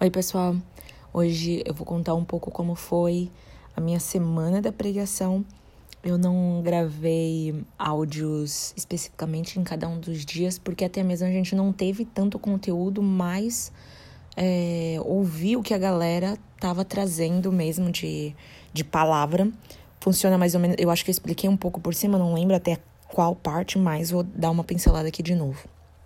Oi, pessoal. Hoje eu vou contar um pouco como foi a minha semana da pregação. Eu não gravei áudios especificamente em cada um dos dias, porque até mesmo a gente não teve tanto conteúdo, mas ouvi o que a galera tava trazendo mesmo de palavra. Funciona mais ou menos, eu acho que eu expliquei um pouco por cima, não lembro até qual parte, mas vou dar uma pincelada aqui de novo.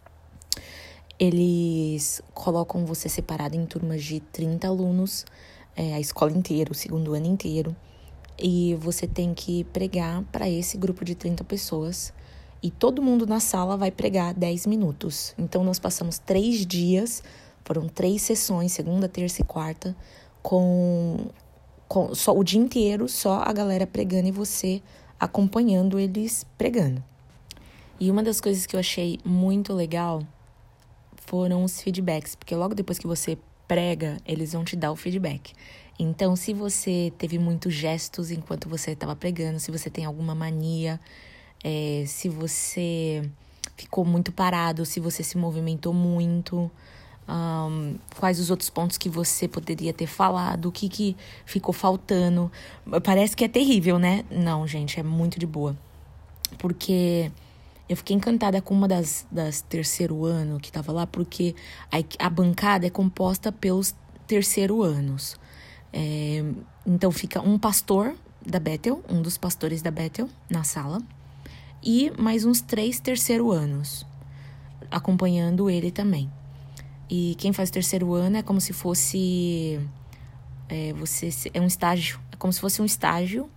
Eles colocam você separado em turmas de 30 alunos, a escola inteira, o segundo ano inteiro. E você tem que pregar para esse grupo de 30 pessoas. E todo mundo na sala vai pregar 10 minutos. Então, nós passamos 3 dias, foram 3 sessões, segunda, terça e quarta, com só o dia inteiro, só a galera pregando e você acompanhando eles pregando. E uma das coisas que eu achei muito legal foram os feedbacks, porque logo depois que você prega, eles vão te dar o feedback. Então, se você teve muitos gestos enquanto você estava pregando, se você tem alguma mania, se você ficou muito parado, se você se movimentou muito, quais os outros pontos que você poderia ter falado, o que ficou faltando. Parece que é terrível, né? Não, gente, é muito de boa. Porque eu fiquei encantada com uma das terceiro ano que tava lá, porque a bancada é composta pelos terceiro anos. Então fica um pastor da Bethel, um dos pastores da Bethel na sala, e mais uns 3 terceiro anos acompanhando ele também. E quem faz terceiro ano é como se fosse um estágio, é como se fosse um estágio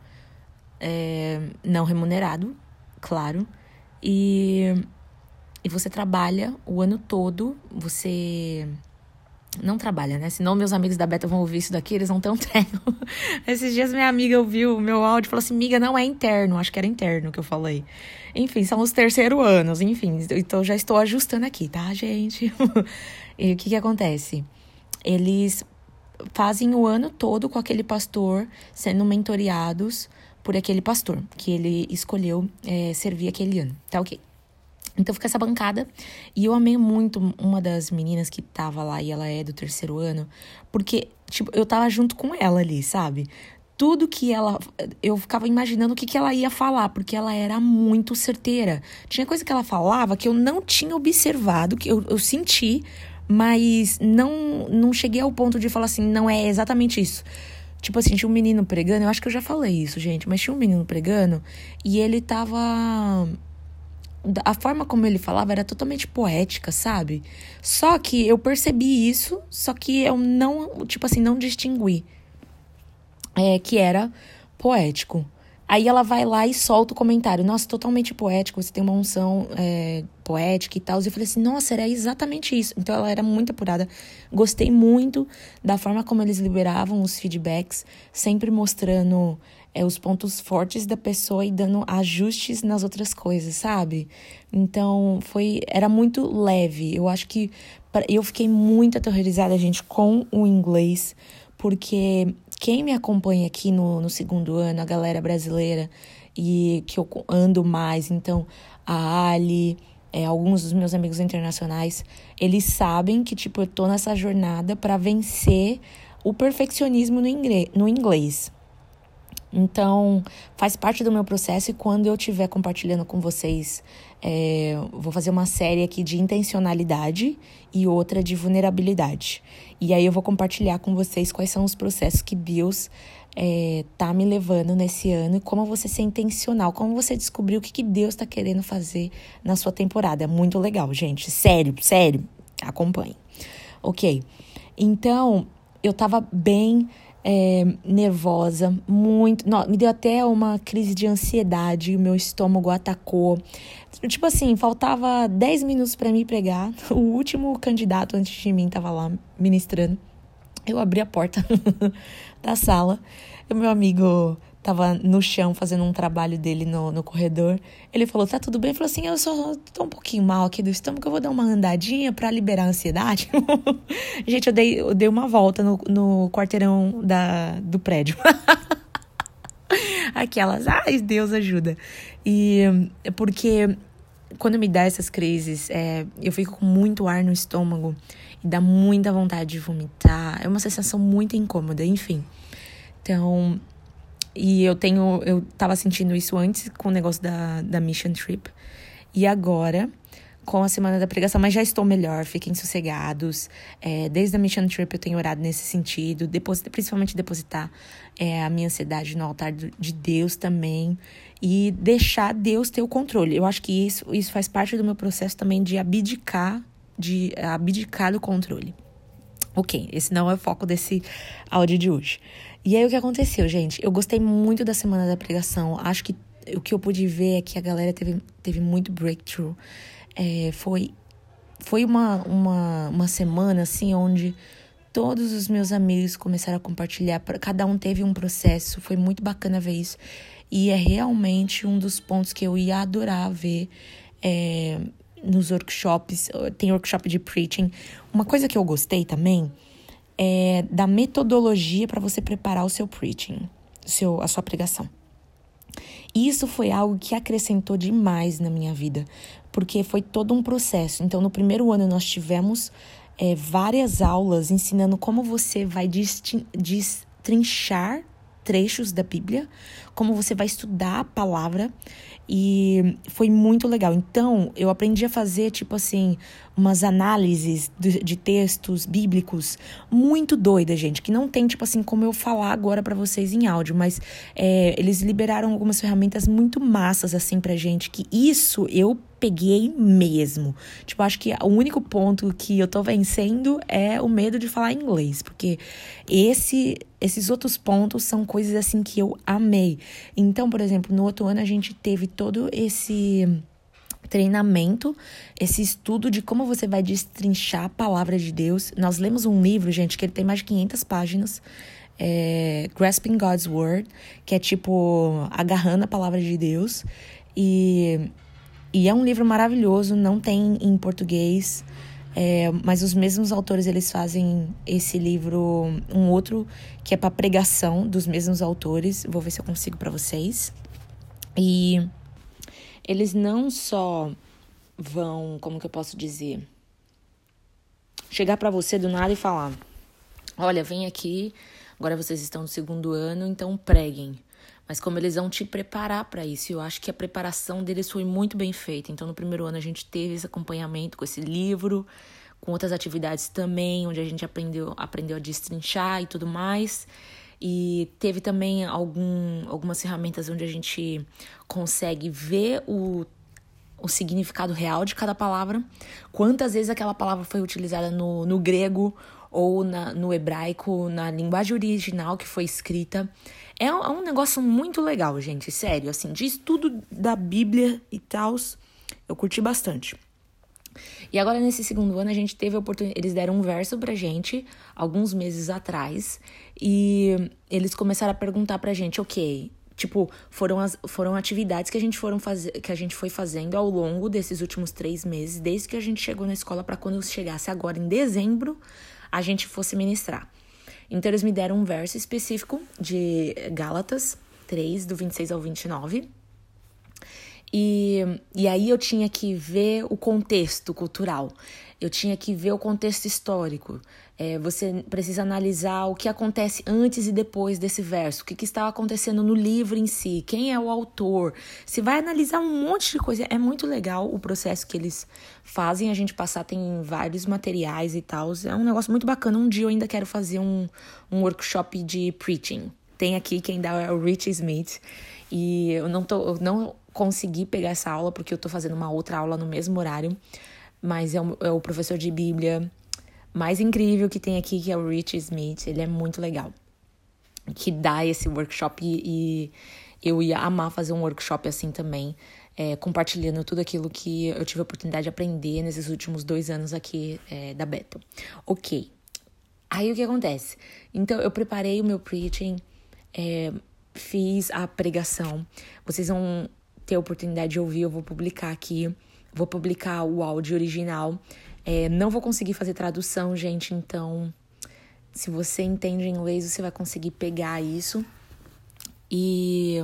não remunerado, claro. E você trabalha o ano todo, você não trabalha, né? Senão meus amigos da Beta vão ouvir isso daqui, eles vão ter um treino. Esses dias minha amiga ouviu o meu áudio e falou assim, amiga, não é interno, acho que era interno que eu falei. Enfim, são os terceiro anos, enfim, então já estou ajustando aqui, tá, gente? E o que acontece? Eles fazem o ano todo com aquele pastor, sendo mentoreados por aquele pastor que ele escolheu servir aquele ano, tá ok? Então fica essa bancada, e eu amei muito uma das meninas que tava lá, e ela é do terceiro ano, porque, tipo, eu tava junto com ela ali, sabe? Tudo que ela... Eu ficava imaginando o que ela ia falar, porque ela era muito certeira. Tinha coisa que ela falava que eu não tinha observado, que eu senti, mas não cheguei ao ponto de falar assim, não é exatamente isso. Tipo assim, tinha um menino pregando, eu acho que eu já falei isso, gente, mas tinha um menino pregando e ele tava... A forma como ele falava era totalmente poética, sabe? Só que eu percebi isso, só que eu não, tipo assim, não distingui que era poético. Aí ela vai lá e solta o comentário. Nossa, totalmente poético, você tem uma unção poética e tal. E eu falei assim, nossa, era exatamente isso. Então ela era muito apurada. Gostei muito da forma como eles liberavam os feedbacks, sempre mostrando os pontos fortes da pessoa e dando ajustes nas outras coisas, sabe? Então era muito leve. Eu acho que eu fiquei muito aterrorizada, gente, com o inglês, porque quem me acompanha aqui no segundo ano, a galera brasileira, e que eu ando mais, então a Ali, alguns dos meus amigos internacionais, eles sabem que, tipo, eu tô nessa jornada para vencer o perfeccionismo no inglês. Então, faz parte do meu processo, e quando eu estiver compartilhando com vocês, vou fazer uma série aqui de intencionalidade e outra de vulnerabilidade. E aí eu vou compartilhar com vocês quais são os processos que Deus tá me levando nesse ano, e como você ser intencional, como você descobrir o que Deus tá querendo fazer na sua temporada. É muito legal, gente. Sério, acompanhe. Ok, então eu tava bem... nervosa, muito... Não, me deu até uma crise de ansiedade, o meu estômago atacou. Tipo assim, faltava 10 minutos pra mim pregar. O último candidato antes de mim tava lá ministrando. Eu abri a porta da sala. O meu amigo tava no chão fazendo um trabalho dele no corredor. Ele falou, tá tudo bem? Ele falou assim, eu só tô um pouquinho mal aqui do estômago, eu vou dar uma andadinha pra liberar a ansiedade. Gente, eu dei uma volta no quarteirão do prédio. Aquelas, ai, Deus ajuda. E porque quando me dá essas crises, eu fico com muito ar no estômago. e dá muita vontade de vomitar. É uma sensação muito incômoda, enfim. Então, e eu tava sentindo isso antes com o negócio da Mission Trip. E agora, com a Semana da Pregação, mas já estou melhor, fiquem sossegados. Desde a Mission Trip eu tenho orado nesse sentido, principalmente depositar a minha ansiedade no altar de Deus também. E deixar Deus ter o controle. Eu acho que isso faz parte do meu processo também de abdicar do controle. Ok, esse não é o foco desse áudio de hoje. E aí o que aconteceu, gente? Eu gostei muito da Semana da Pregação. Acho que o que eu pude ver é que a galera teve muito breakthrough. Foi uma semana, assim, onde todos os meus amigos começaram a compartilhar. Cada um teve um processo. Foi muito bacana ver isso. E é realmente um dos pontos que eu ia adorar ver nos workshops. Tem workshop de preaching. Uma coisa que eu gostei também é da metodologia para você preparar o seu preaching, a sua pregação. E isso foi algo que acrescentou demais na minha vida, porque foi todo um processo. Então, no primeiro ano, nós tivemos várias aulas ensinando como você vai destrinchar trechos da Bíblia, como você vai estudar a palavra, e foi muito legal. Então, eu aprendi a fazer, tipo assim, umas análises de textos bíblicos muito doidas, gente, que não tem, tipo assim, como eu falar agora pra vocês em áudio, mas eles liberaram algumas ferramentas muito massas, assim, pra gente, que isso eu peguei mesmo. Tipo, acho que o único ponto que eu tô vencendo é o medo de falar inglês, porque esses outros pontos são coisas, assim, que eu amei. Então, por exemplo, no outro ano a gente teve todo esse treinamento, esse estudo de como você vai destrinchar a palavra de Deus. Nós lemos um livro, gente, que ele tem mais de 500 páginas, Grasping God's Word, que é tipo, agarrando a palavra de Deus. E é um livro maravilhoso, não tem em português, mas os mesmos autores, eles fazem esse livro, um outro que é para pregação, dos mesmos autores. Vou ver se eu consigo para vocês. E eles não só vão, como que eu posso dizer, chegar para você do nada e falar: olha, vem aqui, agora vocês estão no segundo ano, então preguem. Mas como eles vão te preparar para isso, eu acho que a preparação deles foi muito bem feita. Então, no primeiro ano, a gente teve esse acompanhamento com esse livro, com outras atividades também, onde a gente aprendeu a destrinchar e tudo mais. E teve também algumas ferramentas onde a gente consegue ver o significado real de cada palavra. Quantas vezes aquela palavra foi utilizada no grego ou no hebraico, na linguagem original que foi escrita. É um negócio muito legal, gente, sério. Assim, de estudo da Bíblia e tal, eu curti bastante. E agora, nesse segundo ano, a gente teve a oportunidade. Eles deram um verso pra gente, alguns meses atrás, e eles começaram a perguntar pra gente, ok, tipo, foram atividades que a gente foi fazendo ao longo desses últimos 3 meses, desde que a gente chegou na escola, pra quando chegasse agora em dezembro, a gente fosse ministrar. Então, eles me deram um verso específico de Gálatas 3, do 26 ao 29. E aí eu tinha que ver o contexto cultural, eu tinha que ver o contexto histórico. Você precisa analisar o que acontece antes e depois desse verso, o que estava acontecendo no livro em si, quem é o autor. Você vai analisar um monte de coisa. É muito legal o processo que eles fazem a gente passar, tem vários materiais e tal. É um negócio muito bacana. Um dia eu ainda quero fazer um workshop de preaching. Tem aqui quem dá é o Rich Smith. E eu não consegui pegar essa aula porque eu tô fazendo uma outra aula no mesmo horário, mas é o professor de Bíblia mais incrível que tem aqui, que é o Rich Smith. Ele é muito legal, que dá esse workshop, e eu ia amar fazer um workshop assim também, compartilhando tudo aquilo que eu tive a oportunidade de aprender nesses últimos 2 anos aqui da Bethel. Ok, aí o que acontece? Então eu preparei o meu preaching, fiz a pregação. Vocês vão ter a oportunidade de ouvir, eu vou publicar aqui. Vou publicar o áudio original. Não vou conseguir fazer tradução, gente, então se você entende inglês, você vai conseguir pegar isso. E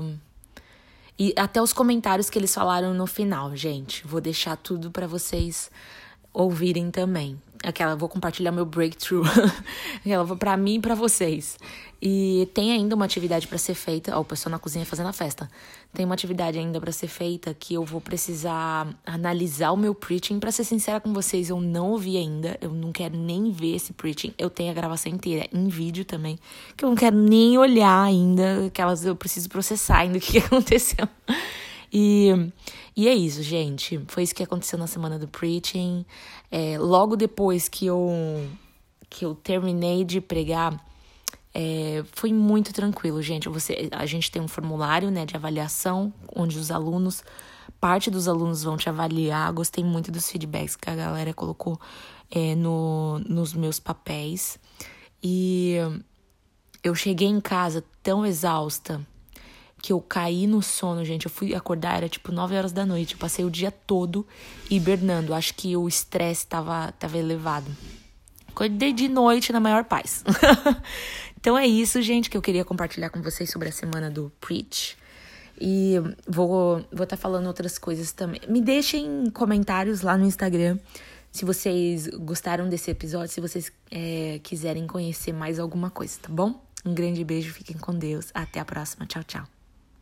até os comentários que eles falaram no final, gente. Vou deixar tudo pra vocês ouvirem também. Vou compartilhar meu breakthrough. Pra mim e pra vocês. E tem ainda uma atividade pra ser feita. Ó, o pessoal na cozinha fazendo a festa. Tem uma atividade ainda pra ser feita que eu vou precisar analisar o meu preaching. Pra ser sincera com vocês, eu não ouvi ainda. Eu não quero nem ver esse preaching. Eu tenho a gravação inteira em vídeo também. Que eu não quero nem olhar ainda. Eu preciso processar ainda o que aconteceu. E é isso, gente. Foi isso que aconteceu na semana do preaching. Logo depois que eu terminei de pregar, foi muito tranquilo, gente. A gente tem um formulário, né, de avaliação, onde parte dos alunos vão te avaliar. Gostei muito dos feedbacks que a galera colocou nos meus papéis. E eu cheguei em casa tão exausta que eu caí no sono, gente. Eu fui acordar, era 9 horas da noite. Eu passei o dia todo hibernando. Acho que o estresse tava elevado. Acordei de noite na maior paz. Então é isso, gente, que eu queria compartilhar com vocês sobre a semana do Preach. E vou estar falando outras coisas também. Me deixem comentários lá no Instagram se vocês gostaram desse episódio, se vocês quiserem conhecer mais alguma coisa, tá bom? Um grande beijo, fiquem com Deus. Até a próxima. Tchau, tchau.